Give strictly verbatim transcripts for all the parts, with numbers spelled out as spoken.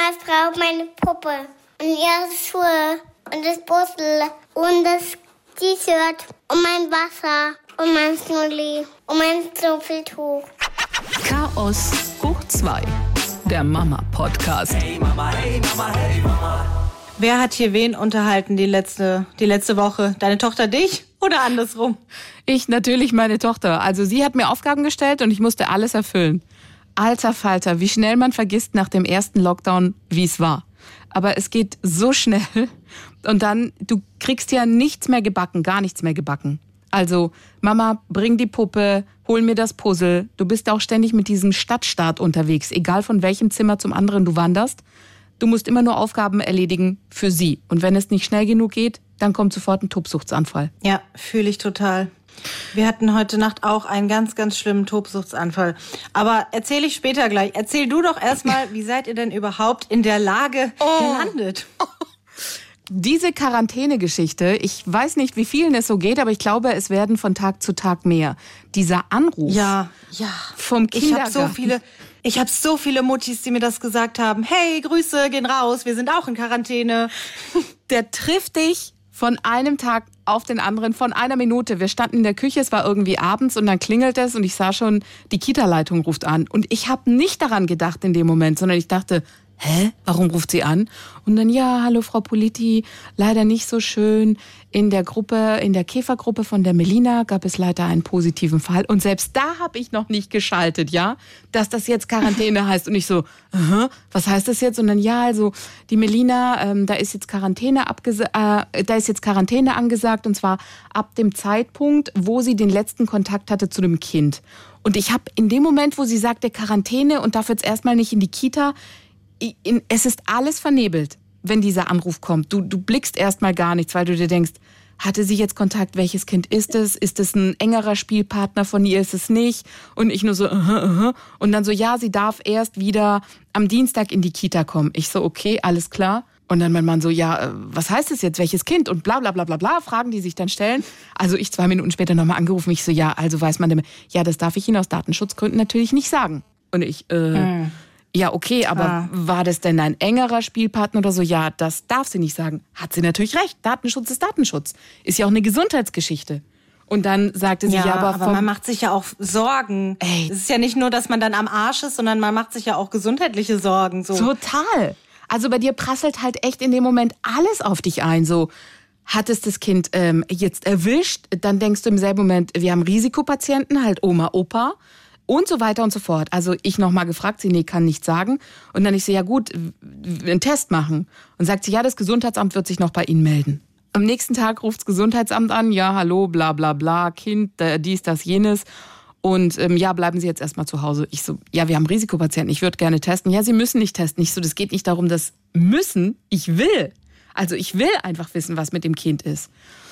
meine Frau, meine Puppe und ihre Schuhe und das Puzzle und das T-Shirt und mein Wasser und mein Schnulli und mein Schnuffeltuch. Chaos hoch zwei, der Mama-Podcast. Hey Mama, hey Mama, hey Mama. Wer hat hier wen unterhalten die letzte, die letzte Woche? Deine Tochter dich oder andersrum? Ich, natürlich meine Tochter. Also sie hat mir Aufgaben gestellt und ich musste alles erfüllen. Alter Falter, wie schnell man vergisst nach dem ersten Lockdown, wie es war. Aber es geht so schnell und dann, du kriegst ja nichts mehr gebacken, gar nichts mehr gebacken. Also, Mama, bring die Puppe, hol mir das Puzzle. Du bist auch ständig mit diesem Stadtstaat unterwegs, egal von welchem Zimmer zum anderen du wanderst. Du musst immer nur Aufgaben erledigen für sie. Und wenn es nicht schnell genug geht, dann kommt sofort ein Tobsuchtsanfall. Ja, fühle ich total. Wir hatten heute Nacht auch einen ganz, ganz schlimmen Tobsuchtsanfall. Aber erzähle ich später gleich. Erzähl du doch erstmal, wie seid ihr denn überhaupt in der Lage oh. gelandet? Oh. Diese Quarantäne-Geschichte, ich weiß nicht, wie vielen es so geht, aber ich glaube, es werden von Tag zu Tag mehr. Dieser Anruf ja, ja. vom Kindergarten. Ich habe so viele, ich habe so viele Muttis, die mir das gesagt haben. Hey, Grüße, gehen raus, wir sind auch in Quarantäne. Der trifft dich von einem Tag auf den anderen, von einer Minute. Wir standen in der Küche, es war irgendwie abends und dann klingelt es und ich sah schon, die Kita-Leitung ruft an. Und ich habe nicht daran gedacht in dem Moment, sondern ich dachte, hä, warum ruft sie an? Und dann, ja, hallo Frau Politi, leider nicht so schön. In der Gruppe, in der Käfergruppe von der Melina gab es leider einen positiven Fall. Und selbst da habe ich noch nicht geschaltet, ja, dass das jetzt Quarantäne heißt. Und ich so, uh-huh, was heißt das jetzt? Und dann, ja, also die Melina, ähm, da ist jetzt Quarantäne abgesa- äh, da ist jetzt Quarantäne angesagt. Und zwar ab dem Zeitpunkt, wo sie den letzten Kontakt hatte zu dem Kind. Und ich habe in dem Moment, wo sie sagte Quarantäne und darf jetzt erstmal nicht in die Kita, es ist alles vernebelt, wenn dieser Anruf kommt. Du, du blickst erstmal gar nichts, weil du dir denkst, hatte sie jetzt Kontakt? Welches Kind ist es? Ist es ein engerer Spielpartner von ihr? Ist es nicht? Und ich nur so, uh, uh, uh. Und dann so, ja, sie darf erst wieder am Dienstag in die Kita kommen. Ich so, okay, alles klar. Und dann mein Mann so, ja, was heißt das jetzt? Welches Kind? Und bla bla bla bla bla, Fragen, die sich dann stellen. Also ich zwei Minuten später nochmal angerufen. Ich so, ja, also weiß man, ja, das darf ich Ihnen aus Datenschutzgründen natürlich nicht sagen. Und ich, äh... Hm. Ja, okay, aber ah. war das denn ein engerer Spielpartner oder so? Ja, das darf sie nicht sagen. Hat sie natürlich recht. Datenschutz ist Datenschutz. Ist ja auch eine Gesundheitsgeschichte. Und dann sagte sie, ja, ja aber, aber man macht sich ja auch Sorgen. Ey. Es ist ja nicht nur, dass man dann am Arsch ist, sondern man macht sich ja auch gesundheitliche Sorgen. So. Total. Also bei dir prasselt halt echt in dem Moment alles auf dich ein. So, hat es das Kind ähm, jetzt erwischt? Dann denkst du im selben Moment, wir haben Risikopatienten, halt Oma, Opa. Und so weiter und so fort. Also ich nochmal gefragt, sie, nee, kann nichts sagen. Und dann ich so, ja gut, einen Test machen. Und sagt sie, ja, das Gesundheitsamt wird sich noch bei Ihnen melden. Am nächsten Tag ruft das Gesundheitsamt an, ja, hallo, bla bla bla, Kind, äh, dies, das, jenes. Und ähm, ja, bleiben Sie jetzt erstmal zu Hause. Ich so, ja, wir haben Risikopatienten, ich würde gerne testen. Ja, Sie müssen nicht testen. Ich so, das geht nicht darum, dass müssen, ich will. Also ich will einfach wissen, was mit dem Kind ist.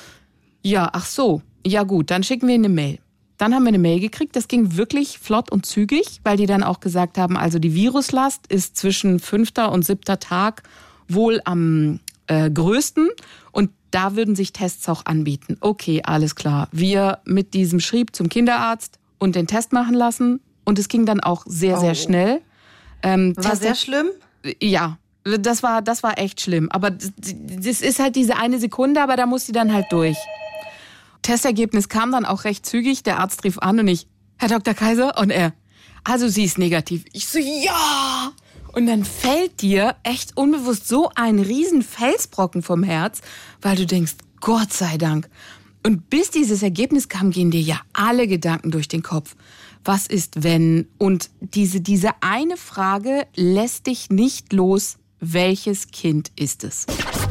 Ja, ach so, ja gut, dann schicken wir Ihnen eine Mail. Dann haben wir eine Mail gekriegt, das ging wirklich flott und zügig, weil die dann auch gesagt haben, also die Viruslast ist zwischen fünfter und siebter Tag wohl am äh, größten und da würden sich Tests auch anbieten. Okay, alles klar. Wir mit diesem Schrieb zum Kinderarzt und den Test machen lassen und es ging dann auch sehr, sehr schnell. Ähm, war Test sehr schlimm? Ja, das war, das war echt schlimm. Aber das ist halt diese eine Sekunde, aber da muss sie dann halt durch. Testergebnis kam dann auch recht zügig. Der Arzt rief an und ich, Herr Doktor Kaiser, und er, also sie ist negativ. Ich so, ja! Und dann fällt dir echt unbewusst so ein riesen Felsbrocken vom Herz, weil du denkst, Gott sei Dank. Und bis dieses Ergebnis kam, gehen dir ja alle Gedanken durch den Kopf. Was ist, wenn? Und diese, diese eine Frage lässt dich nicht los, welches Kind ist es?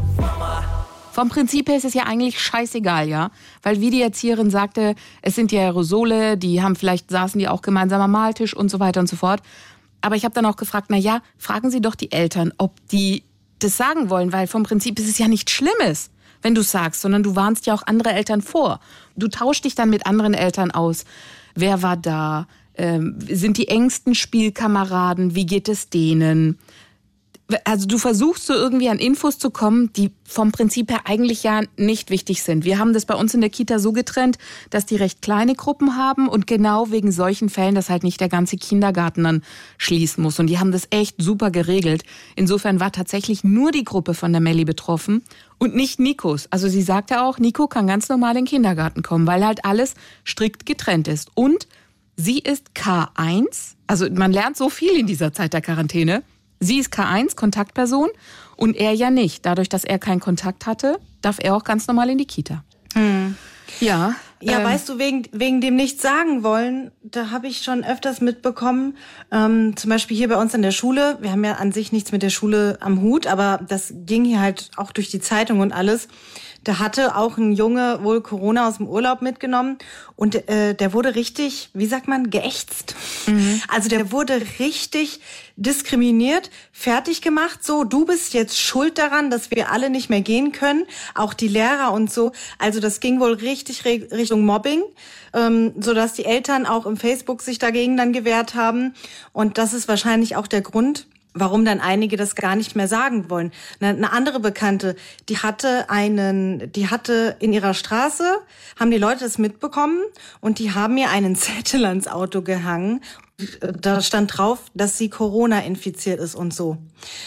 Vom Prinzip her ist es ja eigentlich scheißegal, ja? Weil wie die Erzieherin sagte, es sind ja Aerosole, die haben vielleicht, saßen die auch gemeinsam am Maltisch und so weiter und so fort. Aber ich habe dann auch gefragt, na ja, fragen Sie doch die Eltern, ob die das sagen wollen, weil vom Prinzip ist es ja nichts Schlimmes, wenn du es sagst, sondern du warnst ja auch andere Eltern vor. Du tauschst dich dann mit anderen Eltern aus. Wer war da? Ähm, sind die engsten Spielkameraden? Wie geht es denen? Also du versuchst so irgendwie an Infos zu kommen, die vom Prinzip her eigentlich ja nicht wichtig sind. Wir haben das bei uns in der Kita so getrennt, dass die recht kleine Gruppen haben und genau wegen solchen Fällen, dass halt nicht der ganze Kindergarten dann schließen muss. Und die haben das echt super geregelt. Insofern war tatsächlich nur die Gruppe von der Melli betroffen und nicht Nikos. Also sie sagte auch, Nico kann ganz normal in den Kindergarten kommen, weil halt alles strikt getrennt ist. Und sie ist K eins, also man lernt so viel in dieser Zeit der Quarantäne. Sie ist K eins, Kontaktperson, und er ja nicht. Dadurch, dass er keinen Kontakt hatte, darf er auch ganz normal in die Kita. Hm. Ja. Ja, ähm, weißt du, wegen, wegen dem Nichts sagen wollen, da habe ich schon öfters mitbekommen, ähm, zum Beispiel hier bei uns in der Schule, wir haben ja an sich nichts mit der Schule am Hut, aber das ging hier halt auch durch die Zeitung und alles. Da hatte auch ein Junge wohl Corona aus dem Urlaub mitgenommen und äh, der wurde richtig, wie sagt man, geächtzt. Mhm. Also der wurde richtig diskriminiert, fertig gemacht. So, du bist jetzt schuld daran, dass wir alle nicht mehr gehen können, auch die Lehrer und so. Also das ging wohl richtig re- Richtung Mobbing, ähm, sodass die Eltern auch im Facebook sich dagegen dann gewehrt haben. Und das ist wahrscheinlich auch der Grund, warum dann einige das gar nicht mehr sagen wollen. Eine andere Bekannte, die hatte einen, die hatte in ihrer Straße, haben die Leute das mitbekommen und die haben ihr einen Zettel ans Auto gehangen. Da stand drauf, dass sie Corona infiziert ist und so.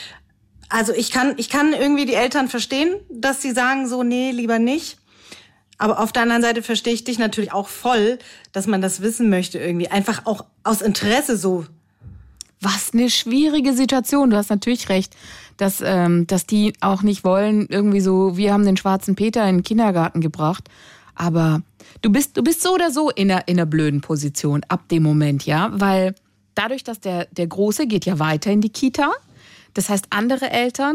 Also ich kann, ich kann irgendwie die Eltern verstehen, dass sie sagen so, nee, lieber nicht. Aber auf der anderen Seite verstehe ich dich natürlich auch voll, dass man das wissen möchte irgendwie. Einfach auch aus Interesse so. Was eine schwierige Situation. Du hast natürlich recht, dass, ähm, dass die auch nicht wollen, irgendwie so, wir haben den schwarzen Peter in den Kindergarten gebracht. Aber du bist, du bist so oder so in einer, in einer blöden Position ab dem Moment, ja. Weil dadurch, dass der, der Große geht ja weiter in die Kita. Das heißt, andere Eltern,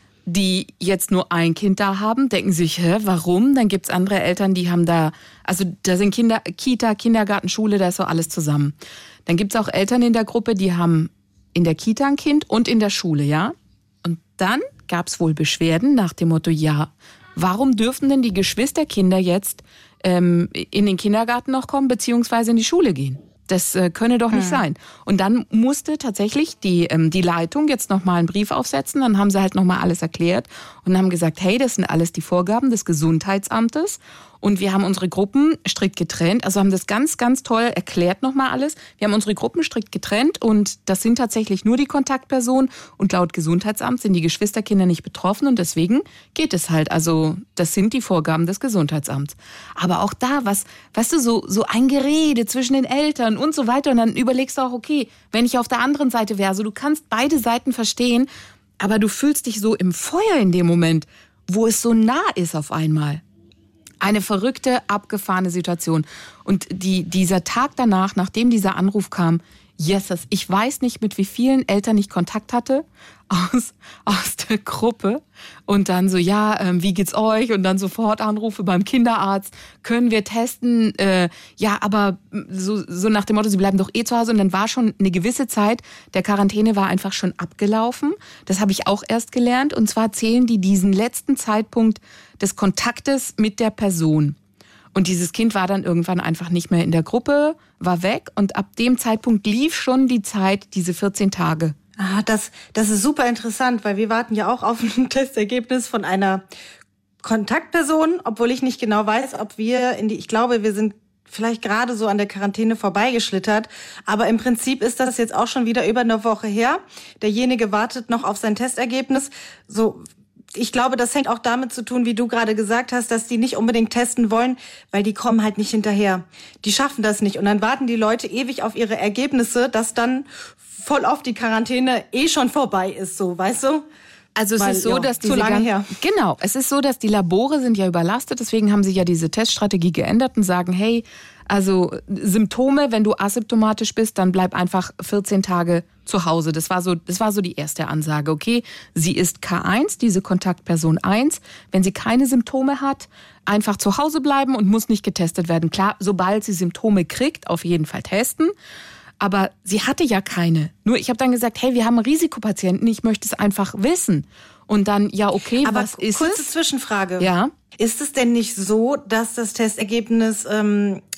die jetzt nur ein Kind da haben, denken sich, hä, warum? Dann gibt's andere Eltern, die haben da, also da sind Kinder, Kita, Kindergarten, Schule, da ist so alles zusammen. Dann gibt's auch Eltern in der Gruppe, die haben in der Kita ein Kind und in der Schule, ja. Und dann gab's wohl Beschwerden nach dem Motto, ja, warum dürfen denn die Geschwisterkinder jetzt ähm, in den Kindergarten noch kommen, beziehungsweise in die Schule gehen? Das äh, könne doch nicht hm. sein. Und dann musste tatsächlich die, ähm, die Leitung jetzt nochmal einen Brief aufsetzen. Dann haben sie halt nochmal alles erklärt und haben gesagt, hey, das sind alles die Vorgaben des Gesundheitsamtes. Und wir haben unsere Gruppen strikt getrennt. Also haben das ganz, ganz toll erklärt nochmal alles. Wir haben unsere Gruppen strikt getrennt und das sind tatsächlich nur die Kontaktpersonen. Und laut Gesundheitsamt sind die Geschwisterkinder nicht betroffen und deswegen geht es halt. Also das sind die Vorgaben des Gesundheitsamts. Aber auch da, was, weißt du, so, so ein Gerede zwischen den Eltern und so weiter. Und dann überlegst du auch, okay, wenn ich auf der anderen Seite wäre, also du kannst beide Seiten verstehen, aber du fühlst dich so im Feuer in dem Moment, wo es so nah ist auf einmal. Eine verrückte, abgefahrene Situation. Und die, dieser Tag danach, nachdem dieser Anruf kam, Jesus, ich weiß nicht, mit wie vielen Eltern ich Kontakt hatte aus, aus der Gruppe. Und dann so, ja, ähm, wie geht's euch? Und dann sofort Anrufe beim Kinderarzt. Können wir testen? Äh, ja, aber so, so nach dem Motto, sie bleiben doch eh zu Hause. Und dann war schon eine gewisse Zeit, der Quarantäne war einfach schon abgelaufen. Das habe ich auch erst gelernt. Und zwar zählen die diesen letzten Zeitpunkt des Kontaktes mit der Person. Und dieses Kind war dann irgendwann einfach nicht mehr in der Gruppe, war weg und ab dem Zeitpunkt lief schon die Zeit, diese vierzehn Tage. Ah, das, das ist super interessant, weil wir warten ja auch auf ein Testergebnis von einer Kontaktperson, obwohl ich nicht genau weiß, ob wir in die, ich glaube, wir sind vielleicht gerade so an der Quarantäne vorbeigeschlittert, aber im Prinzip ist das jetzt auch schon wieder über eine Woche her. Derjenige wartet noch auf sein Testergebnis, so. Ich glaube, das hängt auch damit zu tun, wie du gerade gesagt hast, dass die nicht unbedingt testen wollen, weil die kommen halt nicht hinterher. Die schaffen das nicht. Und dann warten die Leute ewig auf ihre Ergebnisse, dass dann voll oft die Quarantäne eh schon vorbei ist, so, weißt du? Also es Weil, ist so, ja, dass diese zu lange gan- her. Genau, es ist so, dass die Labore sind ja überlastet, deswegen haben sie ja diese Teststrategie geändert und sagen, hey, also Symptome, wenn du asymptomatisch bist, dann bleib einfach vierzehn Tage zu Hause. Das war so, das war so die erste Ansage, okay? Sie ist K eins, diese Kontaktperson eins. Wenn sie keine Symptome hat, einfach zu Hause bleiben und muss nicht getestet werden. Klar, sobald sie Symptome kriegt, auf jeden Fall testen. Aber sie hatte ja keine. Nur ich habe dann gesagt, hey, wir haben einen Risikopatienten, ich möchte es einfach wissen. Und dann, ja, okay, Aber was ist kurze es? Zwischenfrage. Ja. Ist es denn nicht so, dass das Testergebnis ähm,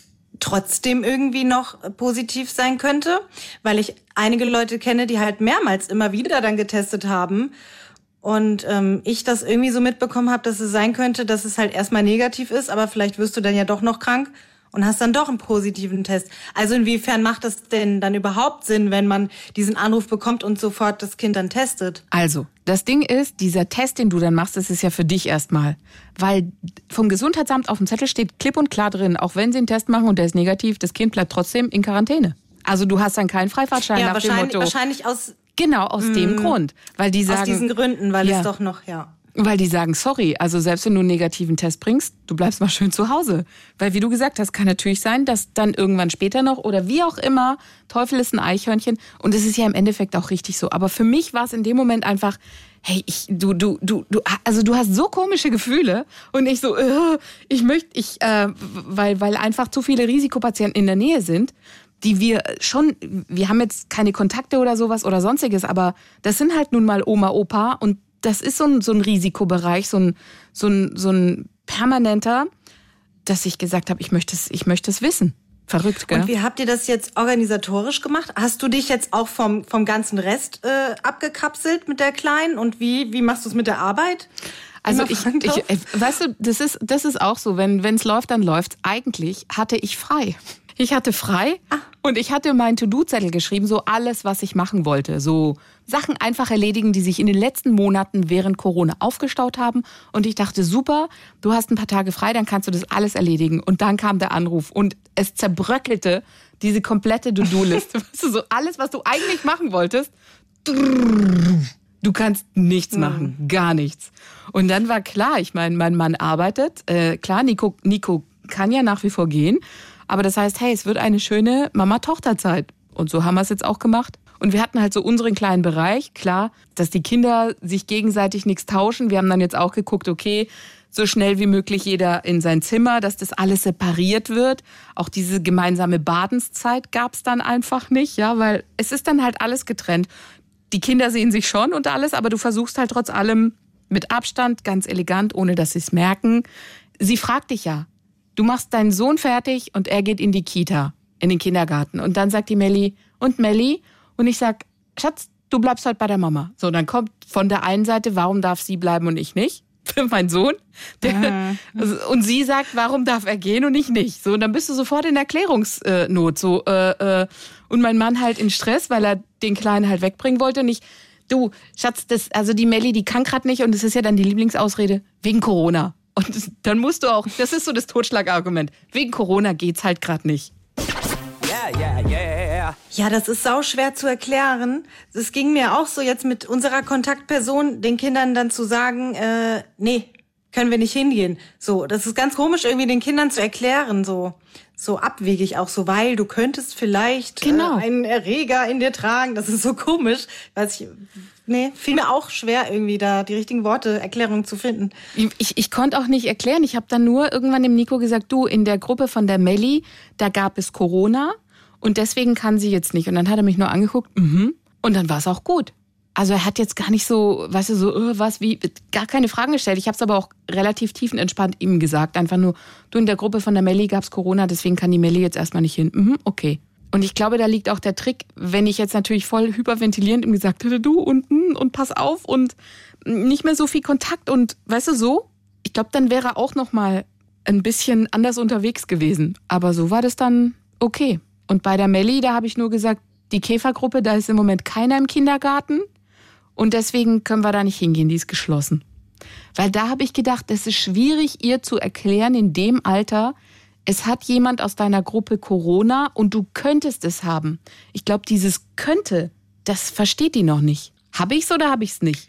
trotzdem irgendwie noch positiv sein könnte, weil ich einige Leute kenne, die halt mehrmals immer wieder dann getestet haben und ähm, ich das irgendwie so mitbekommen habe, dass es sein könnte, dass es halt erstmal negativ ist, aber vielleicht wirst du dann ja doch noch krank und hast dann doch einen positiven Test. Also inwiefern macht das denn dann überhaupt Sinn, wenn man diesen Anruf bekommt und sofort das Kind dann testet? Also, das Ding ist, dieser Test, den du dann machst, das ist ja für dich erstmal. Weil vom Gesundheitsamt auf dem Zettel steht klipp und klar drin, auch wenn sie einen Test machen und der ist negativ, das Kind bleibt trotzdem in Quarantäne. Also du hast dann keinen Freifahrtschein ja, nach dem wahrscheinlich, Motto. wahrscheinlich aus... Genau, aus mm, dem Grund. Weil die sagen, aus diesen Gründen, weil ja, es doch noch, ja... Weil die sagen, sorry, also selbst wenn du einen negativen Test bringst, du bleibst mal schön zu Hause. Weil wie du gesagt hast, kann natürlich sein, dass dann irgendwann später noch oder wie auch immer, Teufel ist ein Eichhörnchen. Und es ist ja im Endeffekt auch richtig so. Aber für mich war es in dem Moment einfach, hey, ich, du, du, du, du, also du hast so komische Gefühle. Und ich so, äh, ich möchte, ich, äh, weil, weil einfach zu viele Risikopatienten in der Nähe sind, die wir schon, wir haben jetzt keine Kontakte oder sowas oder sonstiges, aber das sind halt nun mal Oma, Opa und das ist so ein, so ein Risikobereich, so ein, so ein, so ein permanenter, dass ich gesagt habe, ich möchte es, ich möchte es wissen. Verrückt, gell? Und wie habt ihr das jetzt organisatorisch gemacht? Hast du dich jetzt auch vom, vom ganzen Rest äh, abgekapselt mit der Kleinen? Und wie, wie machst du es mit der Arbeit? Also ich, ich, weißt du, das ist, das ist auch so, wenn es läuft, dann läuft's. Eigentlich hatte ich frei. Ich hatte frei ah. und ich hatte meinen To-Do-Zettel geschrieben, so alles, was ich machen wollte. So Sachen einfach erledigen, die sich in den letzten Monaten während Corona aufgestaut haben. Und ich dachte, super, du hast ein paar Tage frei, dann kannst du das alles erledigen. Und dann kam der Anruf und es zerbröckelte diese komplette To-Do-Liste. Weißt du, so alles, was du eigentlich machen wolltest, du kannst nichts machen, mhm. gar nichts. Und dann war klar, ich meine, mein Mann arbeitet. Äh, klar, Nico, Nico kann ja nach wie vor gehen. Aber das heißt, hey, es wird eine schöne Mama-Tochter-Zeit. Und so haben wir es jetzt auch gemacht. Und wir hatten halt so unseren kleinen Bereich. Klar, dass die Kinder sich gegenseitig nichts tauschen. Wir haben dann jetzt auch geguckt, okay, so schnell wie möglich jeder in sein Zimmer, dass das alles separiert wird. Auch diese gemeinsame Badenszeit gab es dann einfach nicht, ja, weil es ist dann halt alles getrennt. Die Kinder sehen sich schon und alles, aber du versuchst halt trotz allem mit Abstand, ganz elegant, ohne dass sie es merken. Sie fragt dich ja, du machst deinen Sohn fertig und er geht in die Kita, in den Kindergarten. Und dann sagt die Melli, und Melli? Und ich sag, Schatz, du bleibst heute bei der Mama. So, dann kommt von der einen Seite, warum darf sie bleiben und ich nicht? Für meinen Sohn. Der, mhm. Und sie sagt, warum darf er gehen und ich nicht? So, und dann bist du sofort in Erklärungsnot. So, äh, äh, und mein Mann halt in Stress, weil er den Kleinen halt wegbringen wollte. Und ich, du, Schatz, das, also die Melli, die kann gerade nicht. Und das ist ja dann die Lieblingsausrede, wegen Corona. Und das, dann musst du auch, das ist so das Totschlagargument, wegen Corona geht's halt gerade nicht. Yeah, yeah, yeah. Ja, das ist sau schwer zu erklären. Es ging mir auch so jetzt mit unserer Kontaktperson, den Kindern dann zu sagen, äh, nee, können wir nicht hingehen. So, das ist ganz komisch, irgendwie den Kindern zu erklären, so, so abwegig auch so, weil du könntest vielleicht genau. äh, einen Erreger in dir tragen. Das ist so komisch, weiß ich. Nee, fiel mir auch schwer, irgendwie da die richtigen Worte, Erklärungen zu finden. Ich, ich konnte auch nicht erklären. Ich habe dann nur irgendwann dem Nico gesagt, du, in der Gruppe von der Melli, da gab es Corona und deswegen kann sie jetzt nicht. Und dann hat er mich nur angeguckt, mhm. Und dann war es auch gut. Also er hat jetzt gar nicht so, weißt du, so, uh, was, wie, gar keine Fragen gestellt. Ich habe es aber auch relativ tiefenentspannt ihm gesagt. Einfach nur, du, in der Gruppe von der Melli gab es Corona, deswegen kann die Melli jetzt erstmal nicht hin. Mhm, okay. Und ich glaube, da liegt auch der Trick, wenn ich jetzt natürlich voll hyperventilierend ihm gesagt hätte, du unten und pass auf und nicht mehr so viel Kontakt und weißt du so, ich glaube, dann wäre er auch noch mal ein bisschen anders unterwegs gewesen. Aber so war das dann okay. Und bei der Melli, da habe ich nur gesagt, die Käfergruppe, da ist im Moment keiner im Kindergarten und deswegen können wir da nicht hingehen, die ist geschlossen. Weil da habe ich gedacht, es ist schwierig, ihr zu erklären in dem Alter, es hat jemand aus deiner Gruppe Corona und du könntest es haben. Ich glaube, dieses könnte, das versteht die noch nicht. Habe ich's oder habe ich's nicht?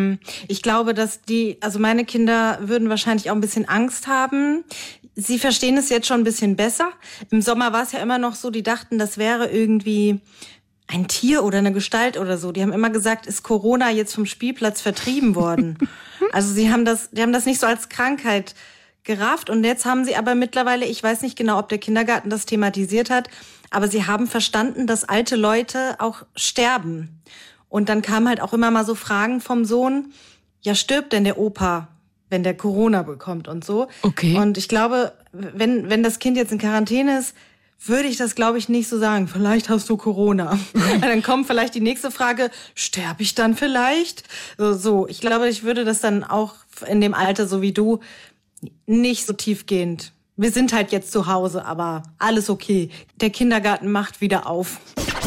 Ich glaube, dass die, also meine Kinder würden wahrscheinlich auch ein bisschen Angst haben. Sie verstehen es jetzt schon ein bisschen besser. Im Sommer war es ja immer noch so, die dachten, das wäre irgendwie ein Tier oder eine Gestalt oder so. Die haben immer gesagt, ist Corona jetzt vom Spielplatz vertrieben worden? Also sie haben das, die haben das nicht so als Krankheit gerafft und jetzt haben sie aber mittlerweile, ich weiß nicht genau, ob der Kindergarten das thematisiert hat, aber sie haben verstanden, dass alte Leute auch sterben. Und dann kamen halt auch immer mal so Fragen vom Sohn, ja, stirbt denn der Opa, wenn der Corona bekommt und so. Okay. Und ich glaube, wenn wenn das Kind jetzt in Quarantäne ist, würde ich das, glaube ich, nicht so sagen. Vielleicht hast du Corona. Und dann kommt vielleicht die nächste Frage, sterbe ich dann vielleicht? So, so, ich glaube, ich würde das dann auch in dem Alter, so wie du, nicht so tiefgehend. Wir sind halt jetzt zu Hause, aber alles okay. Der Kindergarten macht wieder auf.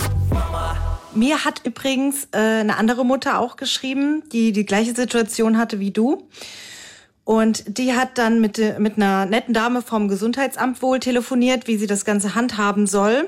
Mir hat übrigens äh, eine andere Mutter auch geschrieben, die die gleiche Situation hatte wie du. Und die hat dann mit, mit einer netten Dame vom Gesundheitsamt wohl telefoniert, wie sie das Ganze handhaben soll.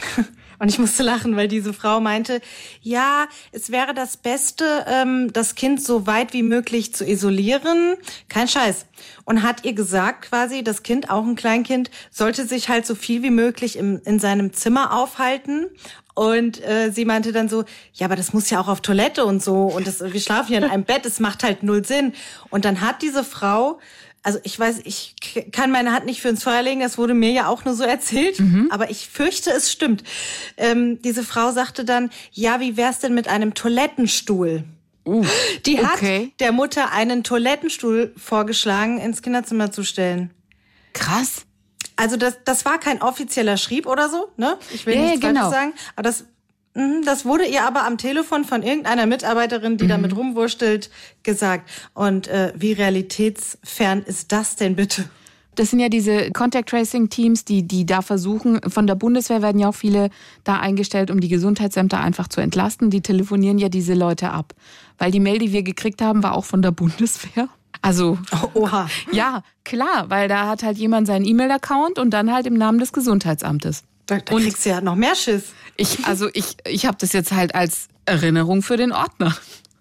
Und ich musste lachen, weil diese Frau meinte, ja, es wäre das Beste, ähm, das Kind so weit wie möglich zu isolieren. Kein Scheiß. Und hat ihr gesagt quasi, das Kind, auch ein Kleinkind, sollte sich halt so viel wie möglich im, in seinem Zimmer aufhalten. Und äh, sie meinte dann so, ja, aber das muss ja auch auf Toilette und so. Und das, wir schlafen ja in einem Bett, es macht halt null Sinn. Und dann hat diese Frau, also ich weiß, ich kann meine Hand nicht für ins Feuer legen, das wurde mir ja auch nur so erzählt, mhm. aber ich fürchte, es stimmt. Ähm, diese Frau sagte dann, ja, wie wär's denn mit einem Toilettenstuhl? Uh, Die hat okay. der Mutter einen Toilettenstuhl vorgeschlagen, ins Kinderzimmer zu stellen. Krass. Also das, das war kein offizieller Schrieb oder so, ne? Ich will ja, nichts ja, genau. Falsches sagen. Aber das, das wurde ihr aber am Telefon von irgendeiner Mitarbeiterin, die mhm. damit rumwurstelt, gesagt. Und äh, wie realitätsfern ist das denn bitte? Das sind ja diese Contact Tracing Teams, die, die da versuchen, von der Bundeswehr werden ja auch viele da eingestellt, um die Gesundheitsämter einfach zu entlasten. Die telefonieren ja diese Leute ab. Weil die Mail, die wir gekriegt haben, war auch von der Bundeswehr. Also, oha. Ja, klar, weil da hat halt jemand seinen E-Mail-Account und dann halt im Namen des Gesundheitsamtes. Da, da kriegst du ja noch mehr Schiss. Ich, also ich, ich habe das jetzt halt als Erinnerung für den Ordner.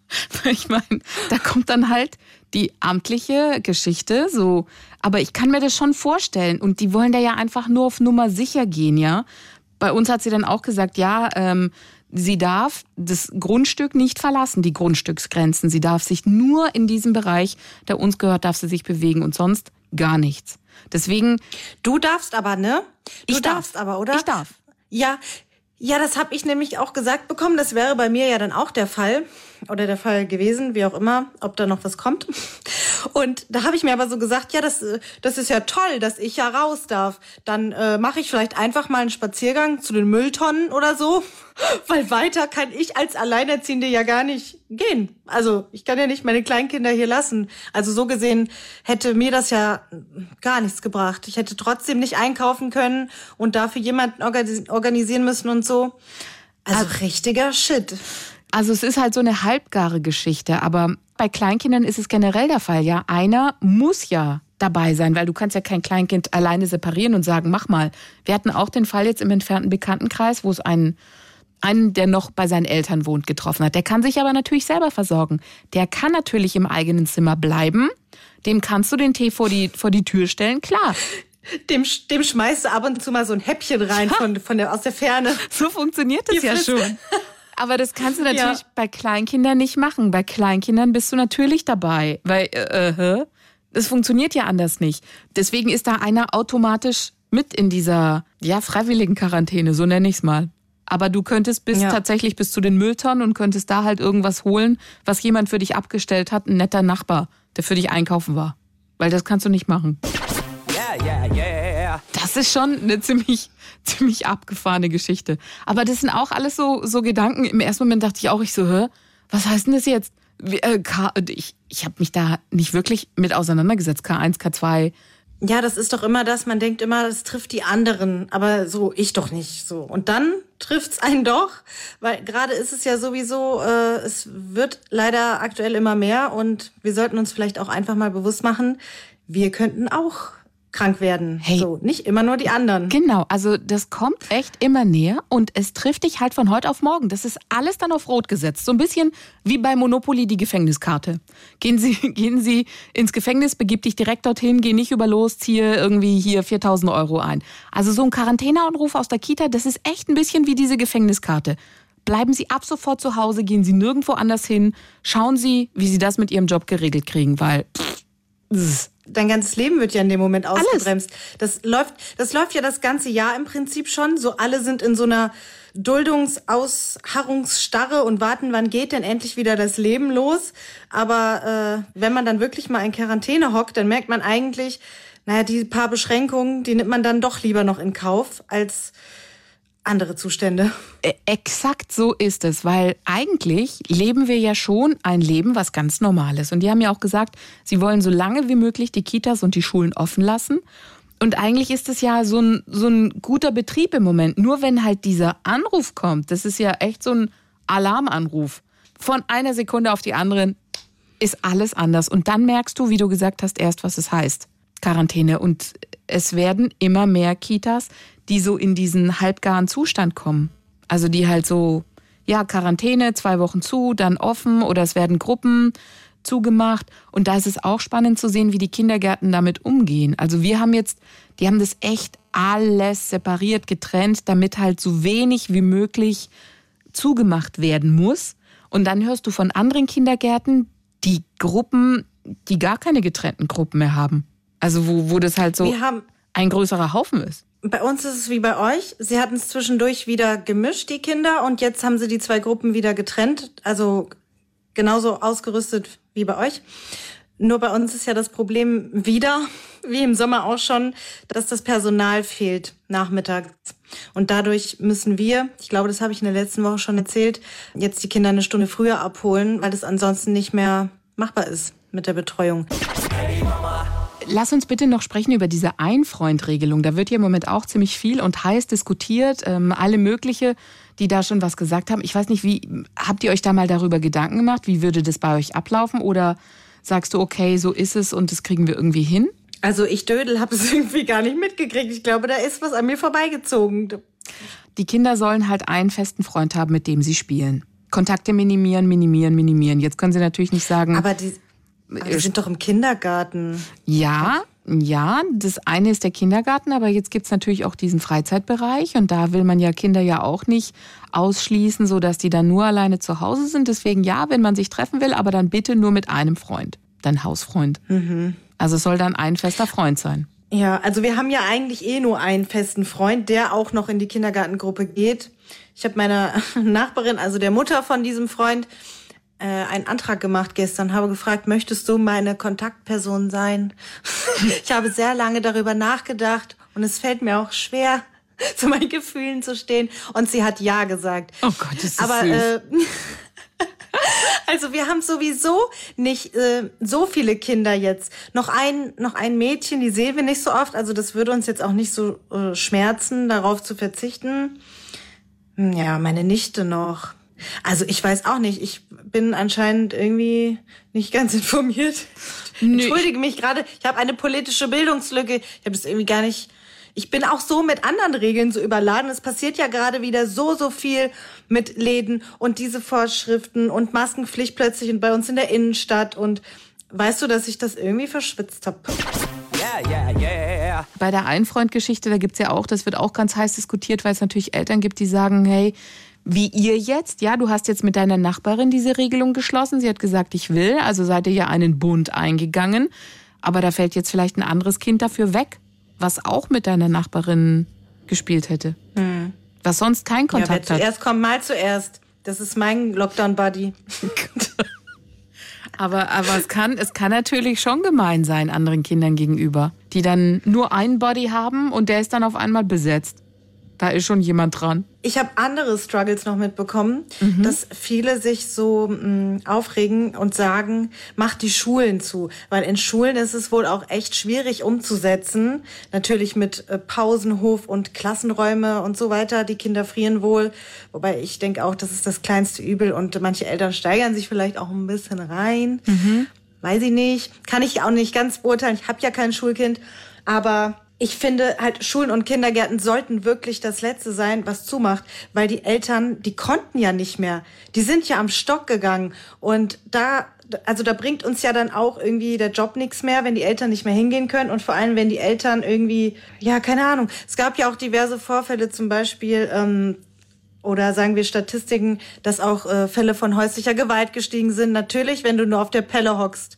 Ich meine, da kommt dann halt die amtliche Geschichte, so. Aber ich kann mir das schon vorstellen. Und die wollen da ja einfach nur auf Nummer sicher gehen, ja. Bei uns hat sie dann auch gesagt, ja, ähm, sie darf das Grundstück nicht verlassen, die Grundstücksgrenzen. Sie darf sich nur in diesem Bereich, der uns gehört, darf sie sich bewegen und sonst gar nichts. Deswegen. Du darfst aber, ne? Du ich darfst darf. aber, oder? Ich darf. Ja, ja, das habe ich nämlich auch gesagt bekommen. Das wäre bei mir ja dann auch der Fall. Oder der Fall gewesen, wie auch immer, ob da noch was kommt. Und da habe ich mir aber so gesagt, ja, das, das ist ja toll, dass ich ja raus darf. Dann äh, mache ich vielleicht einfach mal einen Spaziergang zu den Mülltonnen oder so. Weil weiter kann ich als Alleinerziehende ja gar nicht gehen. Also ich kann ja nicht meine Kleinkinder hier lassen. Also so gesehen hätte mir das ja gar nichts gebracht. Ich hätte trotzdem nicht einkaufen können und dafür jemanden organisieren müssen und so. Also, also richtiger Shit. Also es ist halt so eine halbgare Geschichte, aber bei Kleinkindern ist es generell der Fall, ja. Einer muss ja dabei sein, weil du kannst ja kein Kleinkind alleine separieren und sagen, mach mal. Wir hatten auch den Fall jetzt im entfernten Bekanntenkreis, wo es einen, einen, der noch bei seinen Eltern wohnt, getroffen hat. Der kann sich aber natürlich selber versorgen. Der kann natürlich im eigenen Zimmer bleiben. Dem kannst du den Tee vor die, vor die Tür stellen, klar. Dem, dem schmeißt du ab und zu mal so ein Häppchen rein ja. von, von der, aus der Ferne. So funktioniert das die ja Fritz. schon. Aber das kannst du natürlich ja. bei Kleinkindern nicht machen. Bei Kleinkindern bist du natürlich dabei. Weil, äh, äh, das funktioniert ja anders nicht. Deswegen ist da einer automatisch mit in dieser, ja, freiwilligen Quarantäne, so nenne ich es mal. Aber du könntest bis ja. tatsächlich bis zu den Mülltonnen und könntest da halt irgendwas holen, was jemand für dich abgestellt hat, ein netter Nachbar, der für dich einkaufen war. Weil das kannst du nicht machen. Yeah, yeah, yeah. Das ist schon eine ziemlich, ziemlich abgefahrene Geschichte. Aber das sind auch alles so, so Gedanken. Im ersten Moment dachte ich auch, ich so, hä, was heißt denn das jetzt? Wie, äh, K, ich ich habe mich da nicht wirklich mit auseinandergesetzt. K eins, K zwei. Ja, das ist doch immer das, man denkt immer, das trifft die anderen, aber so, ich doch nicht. So. Und dann trifft's einen doch, weil gerade ist es ja sowieso, äh, es wird leider aktuell immer mehr und wir sollten uns vielleicht auch einfach mal bewusst machen, wir könnten auch krank werden. Hey. So, nicht immer nur die anderen. Genau, also das kommt echt immer näher und es trifft dich halt von heute auf morgen. Das ist alles dann auf Rot gesetzt. So ein bisschen wie bei Monopoly die Gefängniskarte. Gehen Sie, gehen Sie ins Gefängnis, begib dich direkt dorthin, geh nicht über los, ziehe irgendwie hier viertausend Euro ein. Also so ein Quarantäneanruf aus der Kita, das ist echt ein bisschen wie diese Gefängniskarte. Bleiben Sie ab sofort zu Hause, gehen Sie nirgendwo anders hin. Schauen Sie, wie Sie das mit Ihrem Job geregelt kriegen, weil pff, dein ganzes Leben wird ja in dem Moment ausgebremst. Das läuft, das läuft ja das ganze Jahr im Prinzip schon. So alle sind in so einer Duldungsausharrungsstarre und warten, wann geht denn endlich wieder das Leben los. Aber äh, wenn man dann wirklich mal in Quarantäne hockt, dann merkt man eigentlich, naja, die paar Beschränkungen, die nimmt man dann doch lieber noch in Kauf als andere Zustände. Exakt so ist es, weil eigentlich leben wir ja schon ein Leben, was ganz normal ist. Und die haben ja auch gesagt, sie wollen so lange wie möglich die Kitas und die Schulen offen lassen. Und eigentlich ist es ja so ein, so ein guter Betrieb im Moment. Nur wenn halt dieser Anruf kommt, das ist ja echt so ein Alarmanruf. Von einer Sekunde auf die andere ist alles anders. Und dann merkst du, wie du gesagt hast, erst, was es heißt. Quarantäne. Und es werden immer mehr Kitas, die so in diesen halbgaren Zustand kommen. Also die halt so, ja, Quarantäne, zwei Wochen zu, dann offen oder es werden Gruppen zugemacht. Und da ist es auch spannend zu sehen, wie die Kindergärten damit umgehen. Also wir haben jetzt, die haben das echt alles separiert, getrennt, damit halt so wenig wie möglich zugemacht werden muss. Und dann hörst du von anderen Kindergärten, die Gruppen, die gar keine getrennten Gruppen mehr haben. Also wo, wo das halt so Wir haben ein größerer Haufen ist. Bei uns ist es wie bei euch. Sie hatten es zwischendurch wieder gemischt, die Kinder, und jetzt haben sie die zwei Gruppen wieder getrennt. Also genauso ausgerüstet wie bei euch. Nur bei uns ist ja das Problem wieder, wie im Sommer auch schon, dass das Personal fehlt nachmittags. Und dadurch müssen wir, ich glaube, das habe ich in der letzten Woche schon erzählt, jetzt die Kinder eine Stunde früher abholen, weil das ansonsten nicht mehr machbar ist mit der Betreuung. Hey Mama. Lass uns bitte noch sprechen über diese Ein-Freund-Regelung. Da wird ja im Moment auch ziemlich viel und heiß diskutiert. Ähm, alle mögliche, die da schon was gesagt haben. Ich weiß nicht, wie habt ihr euch da mal darüber Gedanken gemacht? Wie würde das bei euch ablaufen? Oder sagst du, okay, so ist es und das kriegen wir irgendwie hin? Also ich Dödel habe es irgendwie gar nicht mitgekriegt. Ich glaube, da ist was an mir vorbeigezogen. Die Kinder sollen halt einen festen Freund haben, mit dem sie spielen. Kontakte minimieren, minimieren, minimieren. Jetzt können sie natürlich nicht sagen... Aber die... Aber wir sind doch im Kindergarten. Ja, ja, das eine ist der Kindergarten, aber jetzt gibt's natürlich auch diesen Freizeitbereich und da will man ja Kinder ja auch nicht ausschließen, sodass die dann nur alleine zu Hause sind. Deswegen ja, wenn man sich treffen will, aber dann bitte nur mit einem Freund, dein Hausfreund. Mhm. Also es soll dann ein fester Freund sein. Ja, also wir haben ja eigentlich eh nur einen festen Freund, der auch noch in die Kindergartengruppe geht. Ich habe meiner Nachbarin, also der Mutter von diesem Freund, einen Antrag gemacht gestern, habe gefragt, möchtest du meine Kontaktperson sein? Ich habe sehr lange darüber nachgedacht und es fällt mir auch schwer, zu meinen Gefühlen zu stehen. Und sie hat ja gesagt. Oh Gott, ist das Aber süß. Äh, also wir haben sowieso nicht äh, so viele Kinder jetzt. Noch ein, noch ein Mädchen, die sehen wir nicht so oft. Also das würde uns jetzt auch nicht so äh, schmerzen, darauf zu verzichten. Ja, meine Nichte noch. Also ich weiß auch nicht, ich bin anscheinend irgendwie nicht ganz informiert. Nö. Entschuldige mich gerade, ich habe eine politische Bildungslücke. Ich habe das irgendwie gar nicht... Ich bin auch so mit anderen Regeln so überladen. Es passiert ja gerade wieder so, so viel mit Läden und diese Vorschriften und Maskenpflicht plötzlich und bei uns in der Innenstadt. Und weißt du, dass ich das irgendwie verschwitzt habe? Yeah, yeah, yeah. Bei der Ein-Freund-Geschichte, da gibt's ja auch, das wird auch ganz heiß diskutiert, weil es natürlich Eltern gibt, die sagen, hey, wie ihr jetzt, ja, du hast jetzt mit deiner Nachbarin diese Regelung geschlossen, sie hat gesagt, ich will, also seid ihr ja einen Bund eingegangen, aber da fällt jetzt vielleicht ein anderes Kind dafür weg, was auch mit deiner Nachbarin gespielt hätte, hm. was sonst keinen Kontakt ja, wer hat. Zuerst kommt mal zuerst, das ist mein Lockdown-Buddy. aber aber es kann, es kann natürlich schon gemein sein anderen Kindern gegenüber, die dann nur einen Buddy haben und der ist dann auf einmal besetzt. Da ist schon jemand dran. Ich habe andere Struggles noch mitbekommen, mhm. dass viele sich so mh, aufregen und sagen, macht die Schulen zu. Weil in Schulen ist es wohl auch echt schwierig umzusetzen. Natürlich mit äh, Pausenhof und Klassenräume und so weiter. Die Kinder frieren wohl. Wobei ich denke auch, das ist das kleinste Übel. Und manche Eltern steigern sich vielleicht auch ein bisschen rein. Mhm. Weiß ich nicht. Kann ich auch nicht ganz beurteilen. Ich habe ja kein Schulkind. Aber... Ich finde halt, Schulen und Kindergärten sollten wirklich das Letzte sein, was zumacht, weil die Eltern, die konnten ja nicht mehr. Die sind ja am Stock gegangen und da, also da bringt uns ja dann auch irgendwie der Job nichts mehr, wenn die Eltern nicht mehr hingehen können und vor allem, wenn die Eltern irgendwie, ja, keine Ahnung. Es gab ja auch diverse Vorfälle, zum Beispiel, ähm, oder sagen wir Statistiken, dass auch äh, Fälle von häuslicher Gewalt gestiegen sind. Natürlich, wenn du nur auf der Pelle hockst,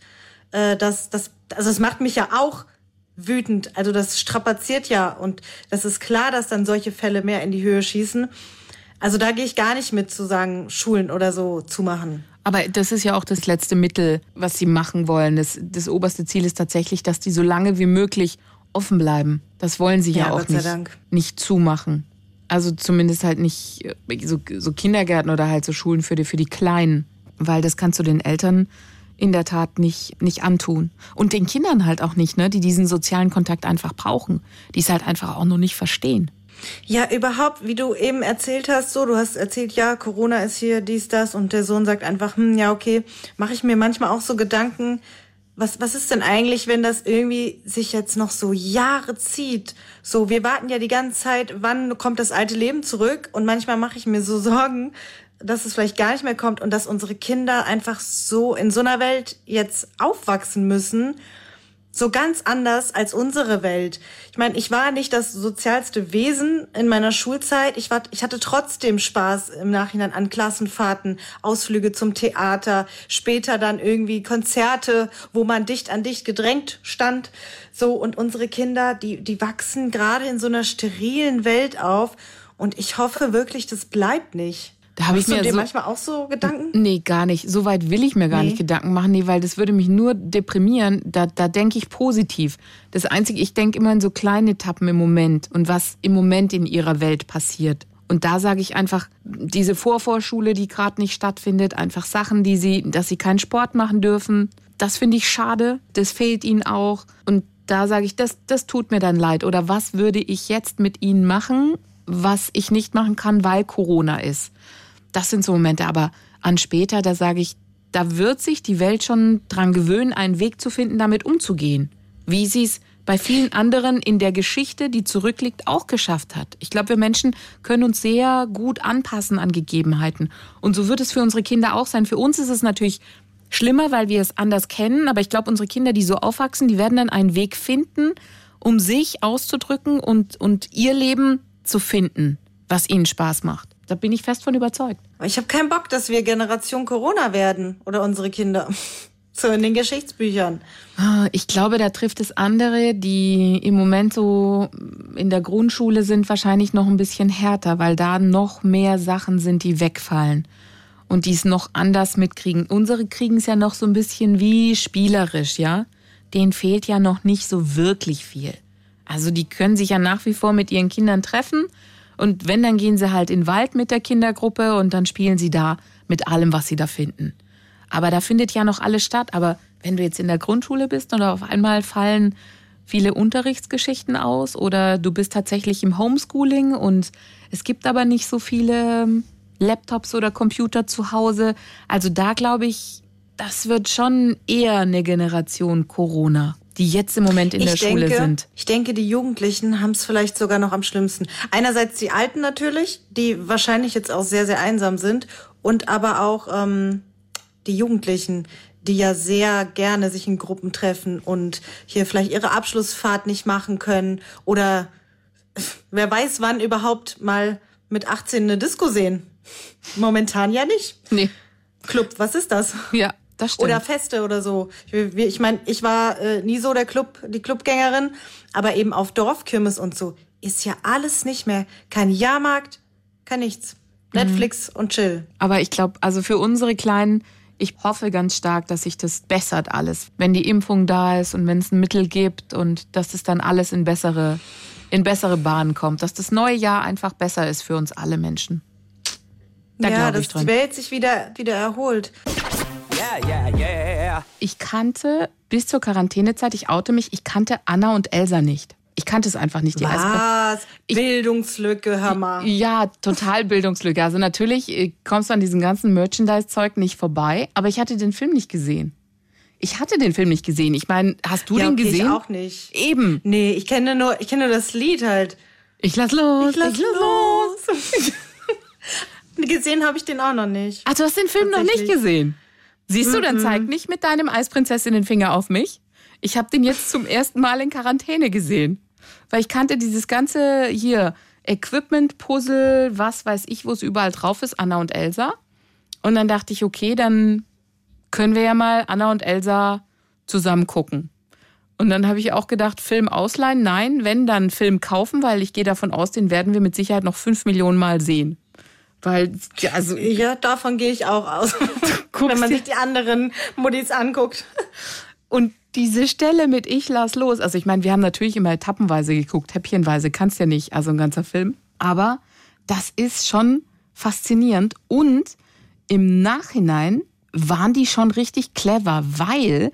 äh, das, das, also es macht mich ja auch wütend. Also das strapaziert ja und das ist klar, dass dann solche Fälle mehr in die Höhe schießen. Also da gehe ich gar nicht mit, zu sagen, Schulen oder so zumachen. Aber das ist ja auch das letzte Mittel, was sie machen wollen. Das, das oberste Ziel ist tatsächlich, dass die so lange wie möglich offen bleiben. Das wollen sie ja, ja auch nicht, nicht zumachen. Also zumindest halt nicht so, so Kindergärten oder halt so Schulen für die, für die Kleinen. Weil das kannst du den Eltern in der Tat nicht, nicht antun. Und den Kindern halt auch nicht, ne, die diesen sozialen Kontakt einfach brauchen. Die es halt einfach auch noch nicht verstehen. Ja, überhaupt, wie du eben erzählt hast, so, du hast erzählt, ja, Corona ist hier, dies, das, und der Sohn sagt einfach, hm, ja, okay, mache ich mir manchmal auch so Gedanken, was, was ist denn eigentlich, wenn das irgendwie sich jetzt noch so Jahre zieht? So, wir warten ja die ganze Zeit, wann kommt das alte Leben zurück? Und manchmal mache ich mir so Sorgen, dass es vielleicht gar nicht mehr kommt und dass unsere Kinder einfach so in so einer Welt jetzt aufwachsen müssen, so ganz anders als unsere Welt. Ich meine, ich war nicht das sozialste Wesen in meiner Schulzeit. Ich war, ich hatte trotzdem Spaß im Nachhinein an Klassenfahrten, Ausflüge zum Theater, später dann irgendwie Konzerte, wo man dicht an dicht gedrängt stand. So, und unsere Kinder, die, die wachsen gerade in so einer sterilen Welt auf. Und ich hoffe wirklich, das bleibt nicht. Da habe ich mir dir so, manchmal auch so Gedanken? Nee, gar nicht. So weit will ich mir gar nee. nicht Gedanken machen. Nee, weil das würde mich nur deprimieren. Da, da denke ich positiv. Das Einzige, ich denke immer in so kleine Etappen im Moment und was im Moment in ihrer Welt passiert. Und da sage ich einfach, diese Vorvorschule, die gerade nicht stattfindet, einfach Sachen, die sie, dass sie keinen Sport machen dürfen, das finde ich schade. Das fehlt ihnen auch. Und da sage ich, das, das tut mir dann leid. Oder was würde ich jetzt mit ihnen machen, was ich nicht machen kann, weil Corona ist? Das sind so Momente, aber an später, da sage ich, da wird sich die Welt schon dran gewöhnen, einen Weg zu finden, damit umzugehen. Wie sie es bei vielen anderen in der Geschichte, die zurückliegt, auch geschafft hat. Ich glaube, wir Menschen können uns sehr gut anpassen an Gegebenheiten. Und so wird es für unsere Kinder auch sein. Für uns ist es natürlich schlimmer, weil wir es anders kennen. Aber ich glaube, unsere Kinder, die so aufwachsen, die werden dann einen Weg finden, um sich auszudrücken und, und ihr Leben zu finden, was ihnen Spaß macht. Da bin ich fest von überzeugt. Ich habe keinen Bock, dass wir Generation Corona werden oder unsere Kinder. So in den Geschichtsbüchern. Ich glaube, da trifft es andere, die im Moment so in der Grundschule sind, wahrscheinlich noch ein bisschen härter, weil da noch mehr Sachen sind, die wegfallen und die es noch anders mitkriegen. Unsere kriegen es ja noch so ein bisschen wie spielerisch, ja? Denen fehlt ja noch nicht so wirklich viel. Also die können sich ja nach wie vor mit ihren Kindern treffen. Und wenn, dann gehen sie halt in den Wald mit der Kindergruppe und dann spielen sie da mit allem, was sie da finden. Aber da findet ja noch alles statt. Aber wenn du jetzt in der Grundschule bist oder auf einmal fallen viele Unterrichtsgeschichten aus oder du bist tatsächlich im Homeschooling und es gibt aber nicht so viele Laptops oder Computer zu Hause. Also da glaube ich, das wird schon eher eine Generation Corona, die jetzt im Moment in ich der denke, Schule sind. Ich denke, die Jugendlichen haben es vielleicht sogar noch am schlimmsten. Einerseits die Alten natürlich, die wahrscheinlich jetzt auch sehr, sehr einsam sind. Und aber auch ähm, die Jugendlichen, die ja sehr gerne sich in Gruppen treffen und hier vielleicht ihre Abschlussfahrt nicht machen können. Oder wer weiß, wann überhaupt mal mit achtzehn eine Disco sehen. Momentan ja nicht. Nee. Club, was ist das? Ja. Das stimmt. Oder Feste oder so. Ich, ich meine, ich war äh, nie so der Club, die Clubgängerin, aber eben auf Dorfkirmes und so ist ja alles nicht mehr. Kein Jahrmarkt, kein nichts. Netflix mhm. und chill. Aber ich glaube, also für unsere Kleinen, ich hoffe ganz stark, dass sich das bessert alles. Wenn die Impfung da ist und wenn es ein Mittel gibt und dass das dann alles in bessere, in bessere Bahnen kommt. Dass das neue Jahr einfach besser ist für uns alle Menschen. Da ja, glaube ich dass dran. Die Welt sich wieder, wieder erholt. Yeah, yeah, yeah. Ich kannte bis zur Quarantänezeit, ich oute mich, ich kannte Anna und Elsa nicht. Ich kannte es einfach nicht. Die Was? Ich, Bildungslücke, Hammer. Ja, total Bildungslücke. Also natürlich kommst du an diesem ganzen Merchandise-Zeug nicht vorbei, aber ich hatte den Film nicht gesehen. Ich hatte den Film nicht gesehen. Ich meine, hast du ja, den okay, gesehen? Ich auch nicht. Eben. Nee, ich kenne nur, ich kenne nur das Lied halt. Ich lass los. Ich lass ich los. los. Gesehen habe ich den auch noch nicht. Ach, du hast den Film noch nicht gesehen? Siehst du, dann zeig nicht mit deinem Eisprinzessinnen-Finger auf mich. Ich habe den jetzt zum ersten Mal in Quarantäne gesehen. Weil ich kannte dieses ganze hier Equipment-Puzzle, was weiß ich, wo es überall drauf ist, Anna und Elsa. Und dann dachte ich, okay, dann können wir ja mal Anna und Elsa zusammen gucken. Und dann habe ich auch gedacht, Film ausleihen, nein, wenn, dann Film kaufen, weil ich gehe davon aus, den werden wir mit Sicherheit noch fünf Millionen Mal sehen. Weil, also... Ja, davon gehe ich auch aus, wenn man sich die anderen Muttis anguckt. Und diese Stelle mit Ich lass los, also ich meine, wir haben natürlich immer etappenweise geguckt, häppchenweise, kannst ja nicht, also ein ganzer Film. Aber das ist schon faszinierend und im Nachhinein waren die schon richtig clever, weil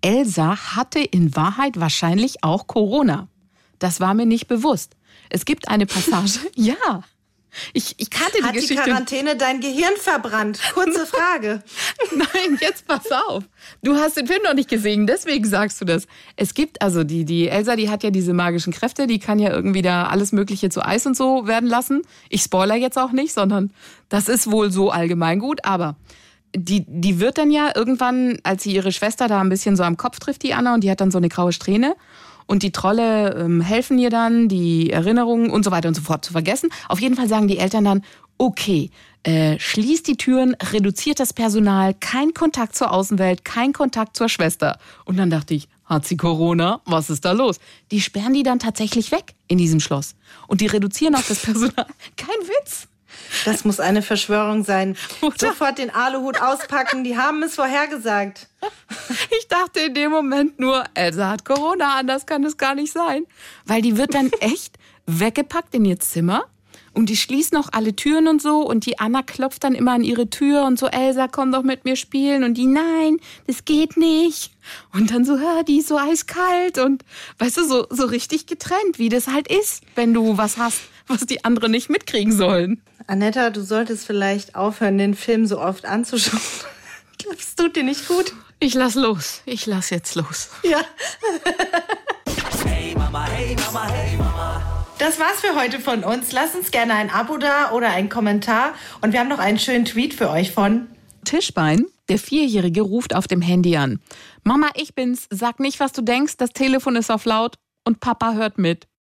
Elsa hatte in Wahrheit wahrscheinlich auch Corona. Das war mir nicht bewusst. Es gibt eine Passage, ja, ich, ich kannte die Hat Geschichte. Hat die Quarantäne dein Gehirn verbrannt? Kurze Frage. Nein, jetzt pass auf. Du hast den Film noch nicht gesehen, deswegen sagst du das. Es gibt also die, die Elsa, die hat ja diese magischen Kräfte, die kann ja irgendwie da alles Mögliche zu Eis und so werden lassen. Ich spoiler jetzt auch nicht, sondern das ist wohl so allgemeingut, aber die, die wird dann ja irgendwann, als sie ihre Schwester da ein bisschen so am Kopf trifft, die Anna, und die hat dann so eine graue Strähne. Und die Trolle ähm, helfen ihr dann, die Erinnerungen und so weiter und so fort zu vergessen. Auf jeden Fall sagen die Eltern dann, okay, äh, schließt die Türen, reduziert das Personal, kein Kontakt zur Außenwelt, kein Kontakt zur Schwester. Und dann dachte ich, hat sie Corona? Was ist da los? Die sperren die dann tatsächlich weg in diesem Schloss. Und die reduzieren auch das Personal. Kein Witz. Das muss eine Verschwörung sein. Oder? Sofort den Aluhut auspacken, die haben es vorhergesagt. Ich dachte in dem Moment nur, Elsa hat Corona, anders kann es gar nicht sein. Weil die wird dann echt weggepackt in ihr Zimmer und die schließen auch alle Türen und so und die Anna klopft dann immer an ihre Tür und so, Elsa, komm doch mit mir spielen und die, nein, das geht nicht. Und dann so, hör, die ist so eiskalt und weißt du, so, so richtig getrennt, wie das halt ist, wenn du was hast, was die anderen nicht mitkriegen sollen. Annetta, du solltest vielleicht aufhören, den Film so oft anzuschauen. Das tut dir nicht gut. Ich lass los. Ich lass jetzt los. Ja. Hey Mama, hey Mama, hey Mama. Das war's für heute von uns. Lasst uns gerne ein Abo da oder einen Kommentar. Und wir haben noch einen schönen Tweet für euch von Tischbein. Der Vierjährige ruft auf dem Handy an. Mama, ich bin's. Sag nicht, was du denkst. Das Telefon ist auf laut und Papa hört mit.